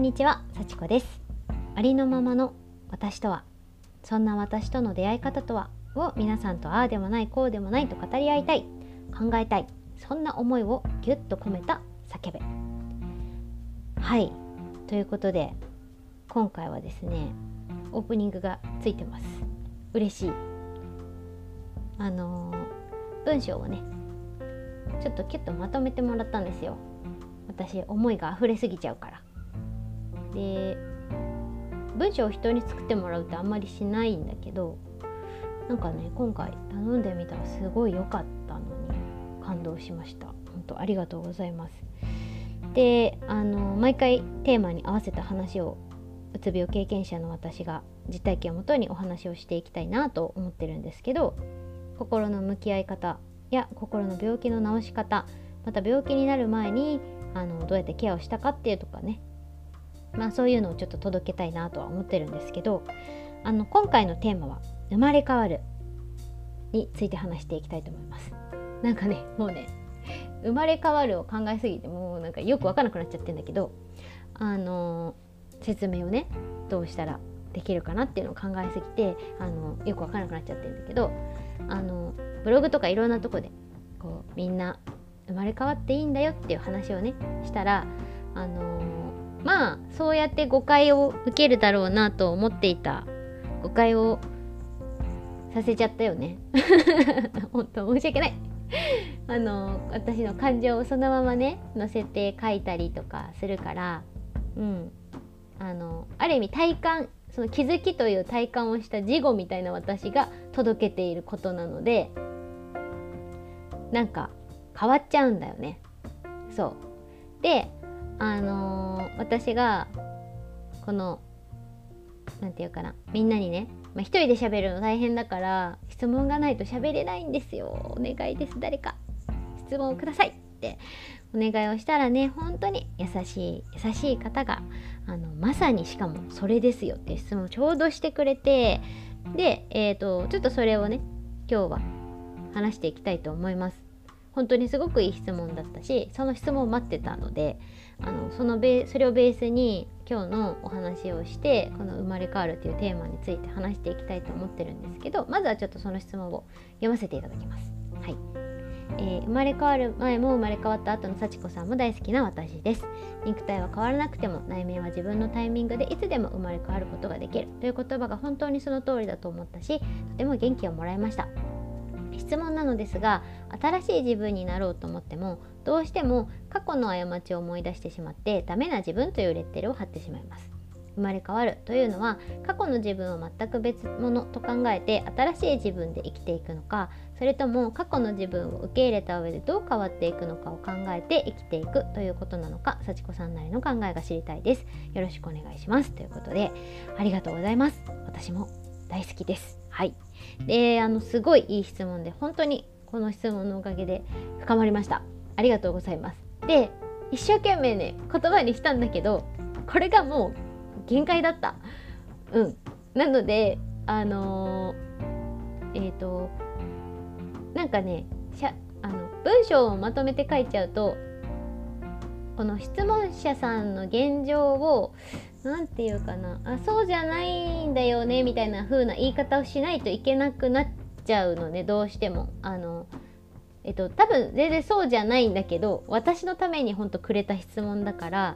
にちは、さちこです。ありのままの私とは、そんな私との出会い方とはを皆さんとああでもないこうでもないと語り合いたい、考えたい、そんな思いをぎゅっと込めた叫べ。はい、ということで今回はですね、オープニングがついてます。嬉しい。文章をねちょっとキュッとまとめてもらったんですよ。私思いが溢れすぎちゃうから。で、文章を人に作ってもらうってあんまりしないんだけど、なんかね今回頼んでみたらすごい良かったのに感動しました。本当ありがとうございます。で、毎回テーマに合わせた話をうつ病経験者の私が実体験をもとにお話をしていきたいなと思ってるんですけど、心の向き合い方や心の病気の治し方、また病気になる前にどうやってケアをしたかっていうとかね、そういうのをちょっと届けたいなとは思ってるんですけど、今回のテーマは生まれ変わるについて話していきたいと思います。なんかねもうね生まれ変わるを考えすぎてもうなんかよく分からなくなっちゃってるんだけど、説明をねどうしたらできるかなっていうのを考えすぎてよく分からなくなっちゃってるんだけど、ブログとかいろんなとこでこうみんな生まれ変わっていいんだよっていう話をねしたら、そうやって誤解を受けるだろうなと思っていた誤解をさせちゃったよね本当申し訳ない私の感情をそのままね載せて書いたりとかするから、ある意味体感、その気づきという体感をした事後みたいな私が届けていることなので、なんか変わっちゃうんだよね。そうで、私がこのなんていうかな、みんなにね、一人で喋るの大変だから質問がないと喋れないんですよ、お願いです、誰か質問をくださいってお願いをしたらね、本当に優しい方がまさにしかもそれですよっていう質問をちょうどしてくれて、で、ちょっとそれをね今日は話していきたいと思います。本当にすごくいい質問だったし、その質問を待ってたのでそれをベースに今日のお話をして、この生まれ変わるというテーマについて話していきたいと思ってるんですけど、まずはちょっとその質問を読ませていただきます。はい。生まれ変わる前も生まれ変わった後の幸子さんも大好きな私です。肉体は変わらなくても内面は自分のタイミングでいつでも生まれ変わることができるという言葉が本当にその通りだと思ったし、とても元気をもらいました。質問なのですが、新しい自分になろうと思ってもどうしても過去の過ちを思い出してしまってダメな自分というレッテルを貼ってしまいます。生まれ変わるというのは過去の自分を全く別物と考えて新しい自分で生きていくのか、それとも過去の自分を受け入れた上でどう変わっていくのかを考えて生きていくということなのか、幸子さんなりの考えが知りたいです。よろしくお願いしますということで、ありがとうございます。私も大好きです。はい。ですごいいい質問で、本当にこの質問のおかげで深まりました。ありがとうございます。で、一生懸命ね言葉にしたんだけど、これがもう限界だった。なのでなんかね文章をまとめて書いちゃうと、この質問者さんの現状をなんていうかな、そうじゃないんだよねみたいな風な言い方をしないといけなくなっちゃうのね、どうしても多分全然そうじゃないんだけど、私のために本当くれた質問だから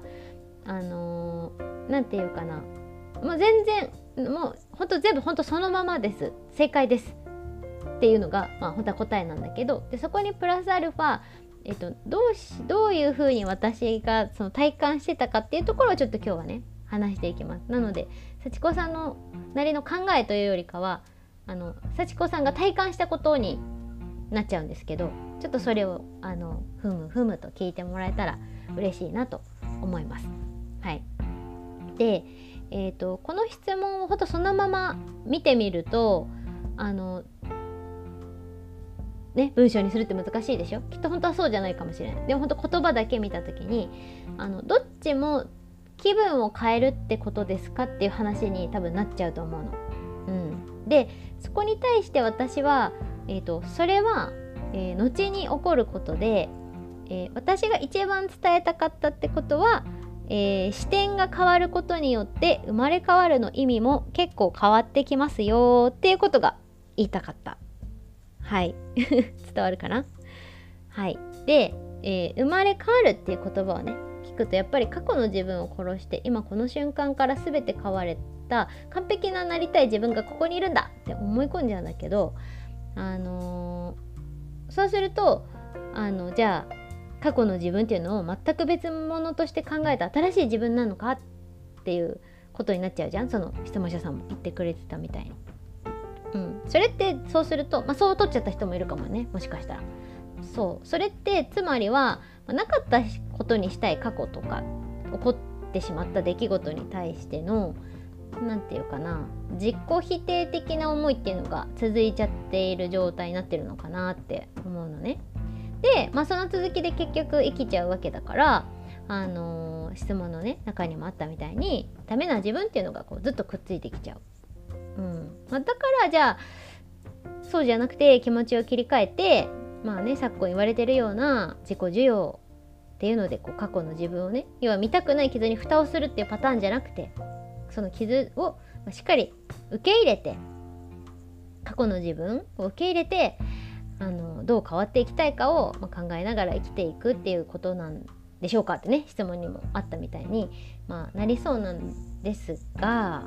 なんていうかな、もう全然もう本当全部本当そのままです、正解ですっていうのが本当は答えなんだけど、でそこにプラスアルファどういう風に私がその体感してたかっていうところをちょっと今日はね話していきます。なので幸子さんのなりの考えというよりかは幸子さんが体感したことになっちゃうんですけど、ちょっとそれをふむと聞いてもらえたら嬉しいなと思います。はい。で、この質問をほんとそのまま見てみると文章にするって難しいでしょ。きっと本当はそうじゃないかもしれない。でも本当言葉だけ見た時にどっちも気分を変えるってことですかっていう話に多分なっちゃうと思うの。でそこに対して私は、それは、後に起こることで、私が一番伝えたかったってことは、 視点が変わることによって生まれ変わるの意味も結構変わってきますよっていうことが言いたかった。はい伝わるかな。はい。で、生まれ変わるっていう言葉をね聞くと、やっぱり過去の自分を殺して今この瞬間から全て変われた完璧ななりたい自分がここにいるんだって思い込んじゃうんだけど、そうするとじゃあ過去の自分っていうのを全く別物として考えた新しい自分なのかっていうことになっちゃうじゃん。その質問者さんも言ってくれてたみたいに、それってそうすると、そう取っちゃった人もいるかもね、もしかしたら。それってつまりは、なかったことにしたい過去とか起こってしまった出来事に対してのなんていうかな、自己否定的な思いっていうのが続いちゃっている状態になってるのかなって思うのね。で、その続きで結局生きちゃうわけだから、質問のね中にもあったみたいにダメな自分っていうのがこうずっとくっついてきちゃう。だからじゃあそうじゃなくて気持ちを切り替えて、昨今言われてるような自己需要っていうのでこう過去の自分をね、要は見たくない傷に蓋をするっていうパターンじゃなくて、その傷をしっかり受け入れて、過去の自分を受け入れてどう変わっていきたいかを考えながら生きていくっていうことなんでしょうかってね、質問にもあったみたいに、なりそうなんですが、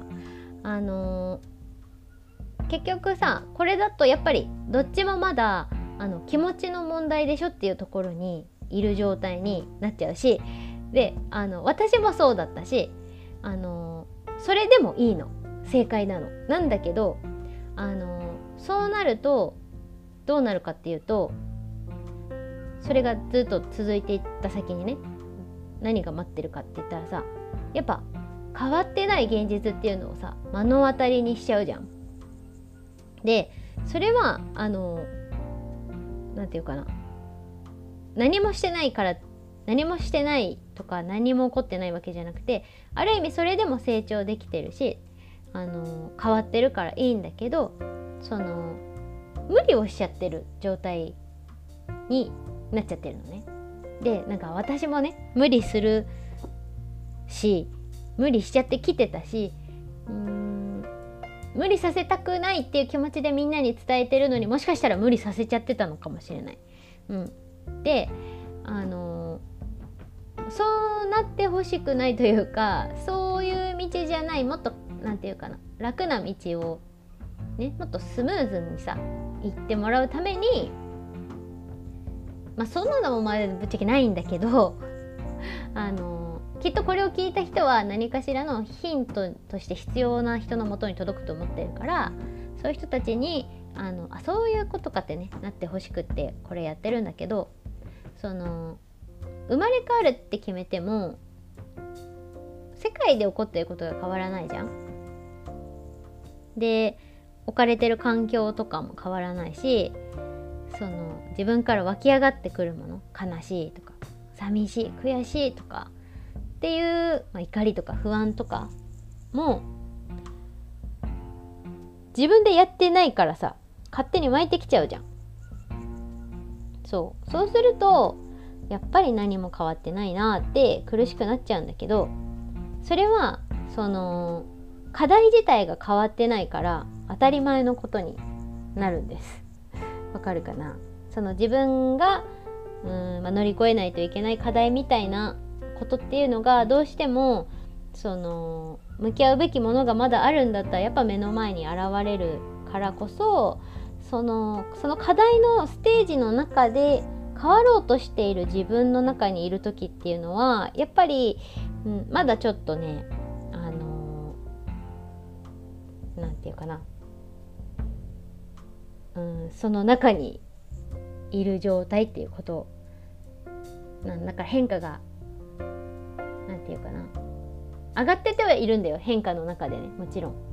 結局さ、これだとやっぱりどっちもまだ気持ちの問題でしょっていうところにいる状態になっちゃうし、で私もそうだったし、それでもいいの、正解なのなんだけど、そうなるとどうなるかっていうと、それがずっと続いていった先にね何が待ってるかって言ったらさ、やっぱ変わってない現実っていうのをさ目の当たりにしちゃうじゃん。でそれはなんていうかな、何もしてないから何もしてないとか何も起こってないわけじゃなくて、ある意味それでも成長できてるし変わってるからいいんだけど、その無理をしちゃってる状態になっちゃってるのね。で私もね無理するし無理しちゃってきてたし、無理させたくないっていう気持ちでみんなに伝えてるのに、もしかしたら無理させちゃってたのかもしれない。でそうなってほしくないというか、そういう道じゃない、もっとなんていうかな、楽な道をねもっとスムーズにさ行ってもらうために、そんなのもぶっちゃけないんだけどきっとこれを聞いた人は何かしらのヒントとして必要な人のもとに届くと思ってるから、そういう人たちにそういうことかってねなってほしくってこれやってるんだけど、その生まれ変わるって決めても世界で起こっていることが変わらないじゃん。で置かれてる環境とかも変わらないし、その自分から湧き上がってくるもの、悲しいとか寂しい悔しいとかっていう、怒りとか不安とかも自分でやってないからさ勝手に湧いてきちゃうじゃん。そうするとやっぱり何も変わってないなって苦しくなっちゃうんだけど、それはその課題自体が変わってないから当たり前のことになるんです。わかるかな。その自分が乗り越えないといけない課題みたいなことっていうのがどうしてもその向き合うべきものがまだあるんだったらやっぱ目の前に現れるからこそ、その課題のステージの中で変わろうとしている自分の中にいる時っていうのはやっぱり、まだちょっとねなんていうかな、その中にいる状態っていうことだから変化がなんていうかな、上がっててはいるんだよ、変化の中でね、もちろん。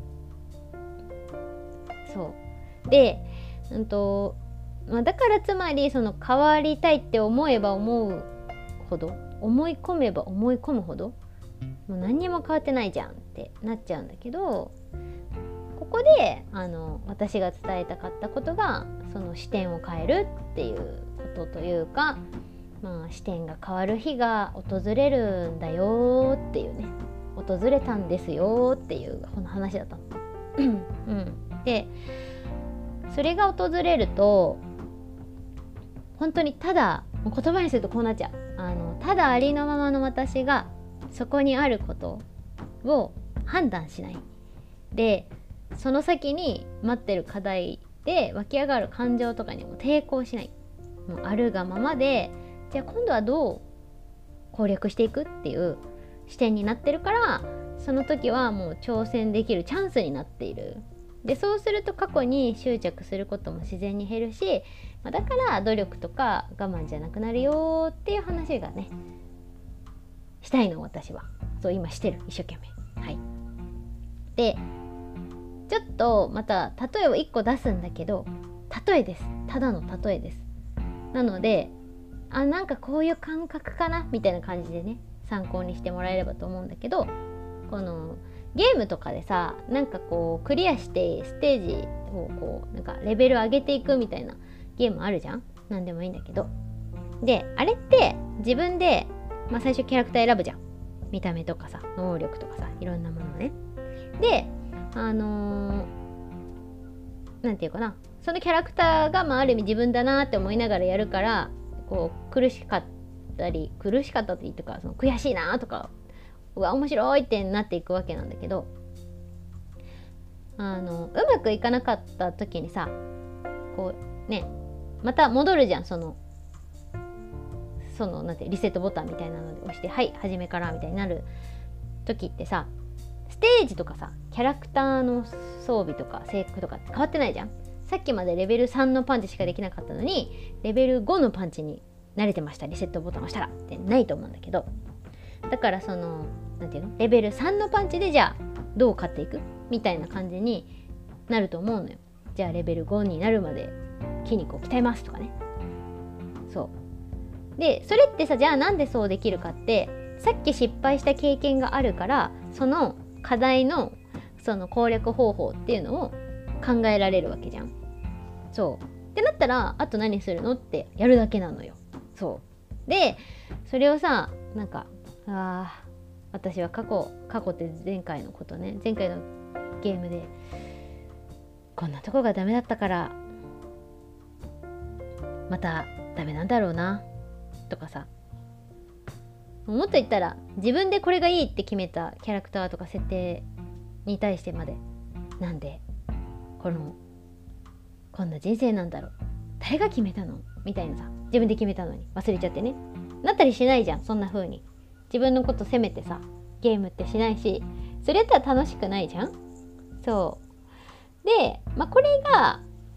そうでだからつまりその変わりたいって思えば思うほど、思い込めば思い込むほどもう何にも変わってないじゃんってなっちゃうんだけど、ここで私が伝えたかったことがその視点を変えるっていうことというか、 視点が変わる日が訪れるんだよっていうね、訪れたんですよっていうこの話だったの。でそれが訪れると本当にただ言葉にするとこうなっちゃう。ただありのままの私がそこにあることを判断しないで、その先に待ってる課題で湧き上がる感情とかにも抵抗しない、もうあるがままで、じゃあ今度はどう攻略していくっていう視点になってるから、その時はもう挑戦できるチャンスになっている。でそうすると過去に執着することも自然に減るし、だから努力とか我慢じゃなくなるよっていう話がねしたいの、私は。そう今してる、一生懸命。はい。でちょっとまた例えを1個出すんだけど、例えです、ただの例えです。なのでなんかこういう感覚かなみたいな感じでね参考にしてもらえればと思うんだけど、このゲームとかでさ、なんかこうクリアしてステージをこうなんかレベル上げていくみたいなゲームあるじゃん。なんでもいいんだけど、であれって自分で、最初キャラクター選ぶじゃん。見た目とかさ、能力とかさ、いろんなものをね。でなんていうかな、そのキャラクターがある意味自分だなって思いながらやるから、こう苦しかったっていうか、その悔しいなとか、うわ面白いってなっていくわけなんだけど、うまくいかなかった時にさ、こうねまた戻るじゃん。そのなんてリセットボタンみたいなので押して、はい初めからみたいになる時ってさ、ステージとかさ、キャラクターの装備とか制服とかって変わってないじゃん。さっきまでレベル3のパンチしかできなかったのにレベル5のパンチに慣れてました、リセットボタンを押したらってないと思うんだけど、だからなんていうの、レベル3のパンチでじゃあどう勝っていくみたいな感じになると思うのよ。じゃあレベル5になるまで筋肉を鍛えますとかね。そうで、それってさ、じゃあなんでそうできるかって、さっき失敗した経験があるから、その課題のその攻略方法っていうのを考えられるわけじゃん。そうってなったら、あと何するのってやるだけなのよ。そうで、それをさ、なんか私は過去って前回のことね、前回のゲームでこんなとこがダメだったからまたダメなんだろうなとかさ、もっと言ったら自分でこれがいいって決めたキャラクターとか設定に対してまで、なんでこんな人生なんだろう、誰が決めたのみたいなさ、自分で決めたのに忘れちゃってね、なったりしないじゃん。そんな風に自分のこと責めてさゲームってしないし、それやったら楽しくないじゃん。そうで、これが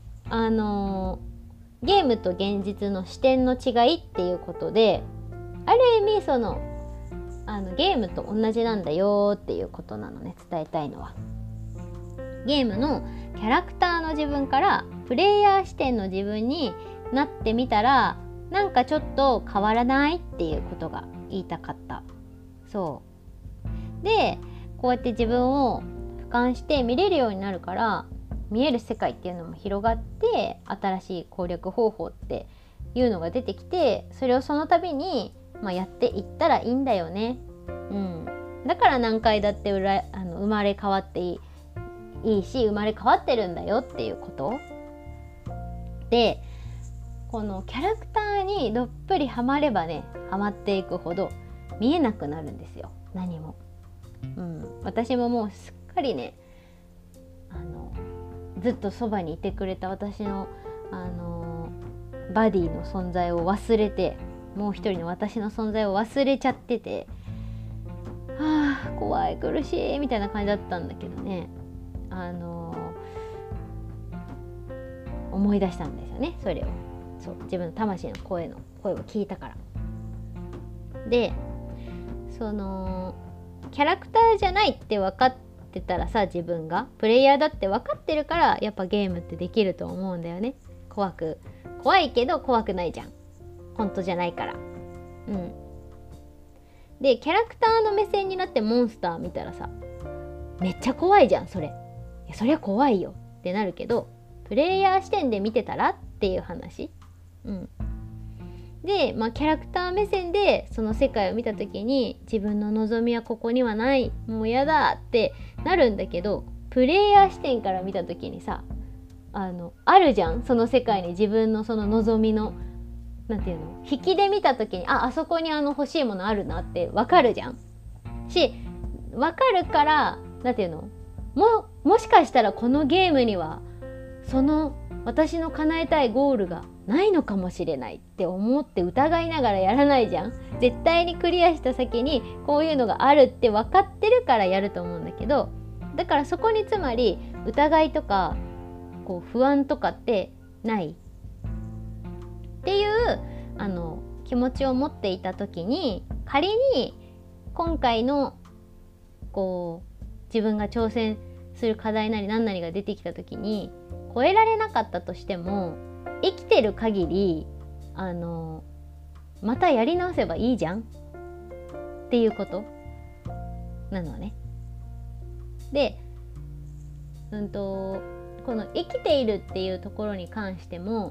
ゲームと現実の視点の違いっていうことで、ある意味ゲームと同じなんだよっていうことなのね、伝えたいのは。ゲームのキャラクターの自分からプレイヤー視点の自分になってみたら、なんかちょっと変わらないっていうことが言いたかった。そうで、こうやって自分を俯瞰して見れるようになるから、見える世界っていうのも広がって、新しい攻略方法っていうのが出てきて、それをその度に、やっていったらいいんだよね。だから何回だって生まれ変わっていいし、生まれ変わってるんだよっていうことで、このキャラクターにどっぷりハマればね、ハマっていくほど見えなくなるんですよ、何も。私ももうすっかりね、ずっとそばにいてくれた私のバディの存在を忘れて、もう一人の私の存在を忘れちゃってて、怖い苦しいみたいな感じだったんだけどね、思い出したんですよね、それを。そう自分の魂の声を聞いたから。でキャラクターじゃないって分かってたらさ、自分がプレイヤーだって分かってるから、やっぱゲームってできると思うんだよね。怖いけど怖くないじゃん、本当じゃないから。でキャラクターの目線になってモンスター見たらさ、めっちゃ怖いじゃん。そりゃ怖いよってなるけど、プレイヤー視点で見てたらっていう話。 で、キャラクター目線でその世界を見た時に自分の望みはここにはない、もうやだってなるんだけど、プレイヤー視点から見た時にさ、あるじゃん、その世界に自分のその望みのなんていうの、引きで見た時にあそこに欲しいものあるなってわかるじゃんし、わかるからなんていうの、もしかしたらこのゲームにはその私の叶えたいゴールがないのかもしれないって思って疑いながらやらないじゃん。絶対にクリアした先にこういうのがあるって分かってるからやると思うんだけど、だからそこにつまり疑いとかこう不安とかってないっていう気持ちを持っていた時に、仮に今回のこう自分が挑戦する課題なり何なりが出てきた時に超えられなかったとしても、生きてる限りまたやり直せばいいじゃんっていうことなのね。で、この生きているっていうところに関しても、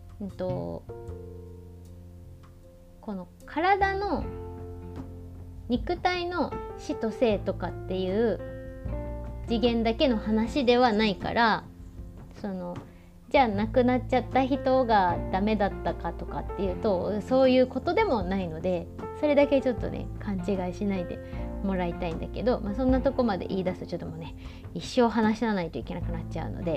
この体の肉体の死と生とかっていう次元だけの話ではないから、じゃあ亡くなっちゃった人がダメだったかとかっていうとそういうことでもないので、それだけちょっとね勘違いしないでもらいたいんだけど、そんなとこまで言い出すとちょっともうね一生話さないといけなくなっちゃうので、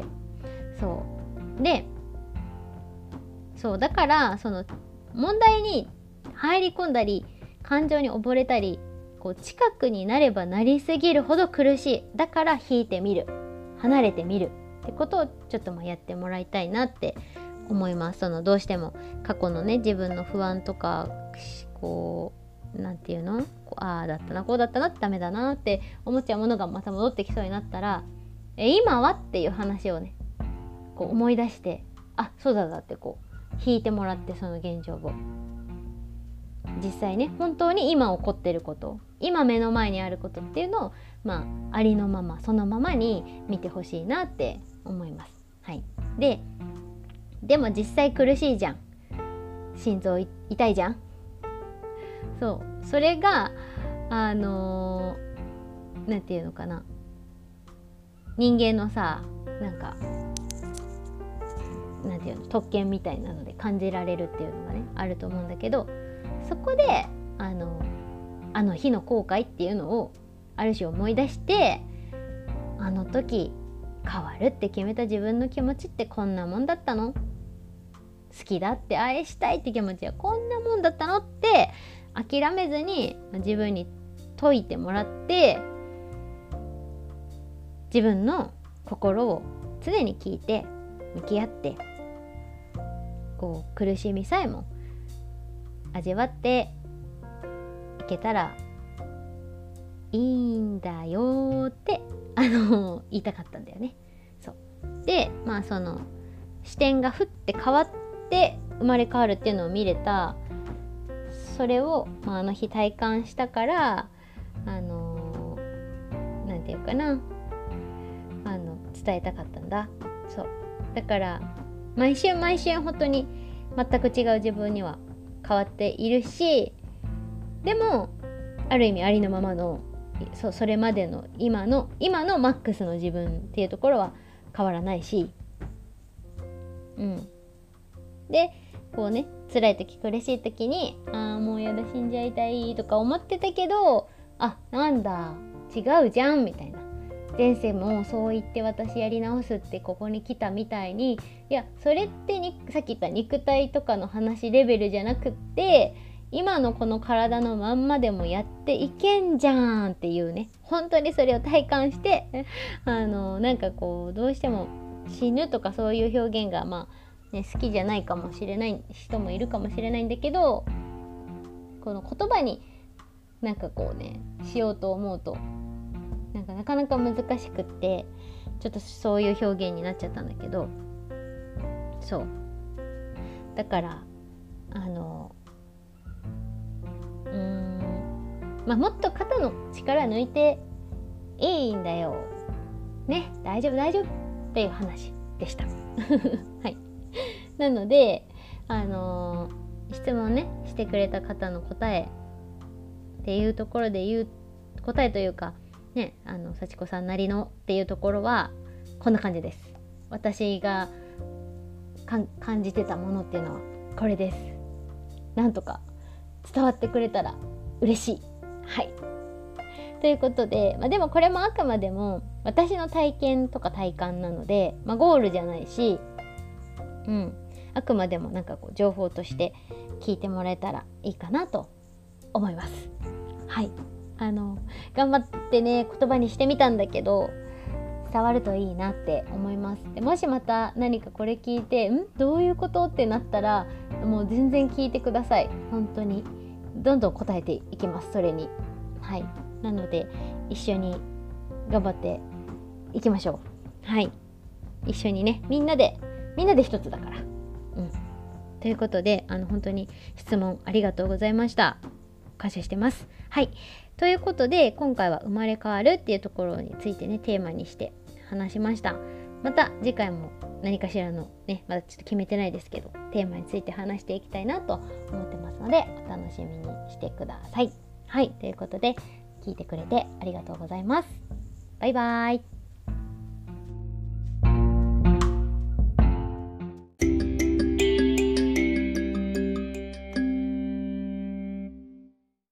そうだからその問題に入り込んだり感情に溺れたりこう近くになればなりすぎるほど苦しい、だから引いてみる、離れてみるってことをちょっとやってもらいたいなって思います。どうしても過去のね自分の不安とかこうなんていうの、ああだったなこうだったなダメだなって思っちゃうものがまた戻ってきそうになったら、今はっていう話をねこう思い出して、そうだってこう引いてもらって、その現状を実際ね本当に今起こってること、今目の前にあることっていうのをありのままそのままに見てほしいなって思います。はい。でも実際苦しいじゃん、心臓痛いじゃん。それがなんていうのかな、人間のさなんていうの特権みたいなので感じられるっていうのがねあると思うんだけど、そこであの日の後悔っていうのをある種思い出して、あの時変わるって決めた自分の気持ちってこんなもんだったの、好きだって愛したいって気持ちはこんなもんだったのって諦めずに自分に解いてもらって、自分の心を常に聞いて向き合って、こう苦しみさえも味わっていけたらいいんだよって言いたかったんだよね。でその視点がふって変わって生まれ変わるっていうのを見れた、それを、あの日体感したからなんていうかな伝えたかったんだ。だから毎週本当に全く違う自分には変わっているし、でもある意味ありのままのそれまでの今のマックスの自分っていうところは変わらないし、でこうね辛い時苦しい時にもうやだ死んじゃいたいとか思ってたけど、なんだ違うじゃんみたいな、前世もそう言って私やり直すってここに来たみたいに、いやそれってさっき言った肉体とかの話レベルじゃなくって、今のこの体のまんまでもやっていけんじゃんっていうね、本当にそれを体感してなんかこうどうしても死ぬとかそういう表現が好きじゃないかもしれない人もいるかもしれないんだけど、この言葉になんかこうねしようと思うとなかなか難しくって、ちょっとそういう表現になっちゃったんだけど、だからもっと肩の力抜いていいんだよね、大丈夫っていう話でしたはい。なので質問ねしてくれた方の答えっていうところで答えというかね、幸子さんなりのっていうところはこんな感じです。私が感じてたものっていうのはこれです。なんとか伝わってくれたら嬉しい。はい。ということで、でもこれもあくまでも私の体験とか体感なので、ゴールじゃないし、あくまでもなんかこう情報として聞いてもらえたらいいかなと思います。はい。頑張ってね言葉にしてみたんだけど伝わるといいなって思います。でもしまた何かこれ聞いてどういうことってなったらもう全然聞いてください。本当にどんどん答えていきます。それにはいなので一緒に頑張っていきましょう。はい一緒にねみんなで一つだからということで本当に質問ありがとうございました。感謝してます。はいということで今回は生まれ変わるっていうところについてねテーマにして話しました。また次回も何かしらのねまだちょっと決めてないですけどテーマについて話していきたいなと思ってますのでお楽しみにしてください。はいということで聞いてくれてありがとうございます。バイバーイ。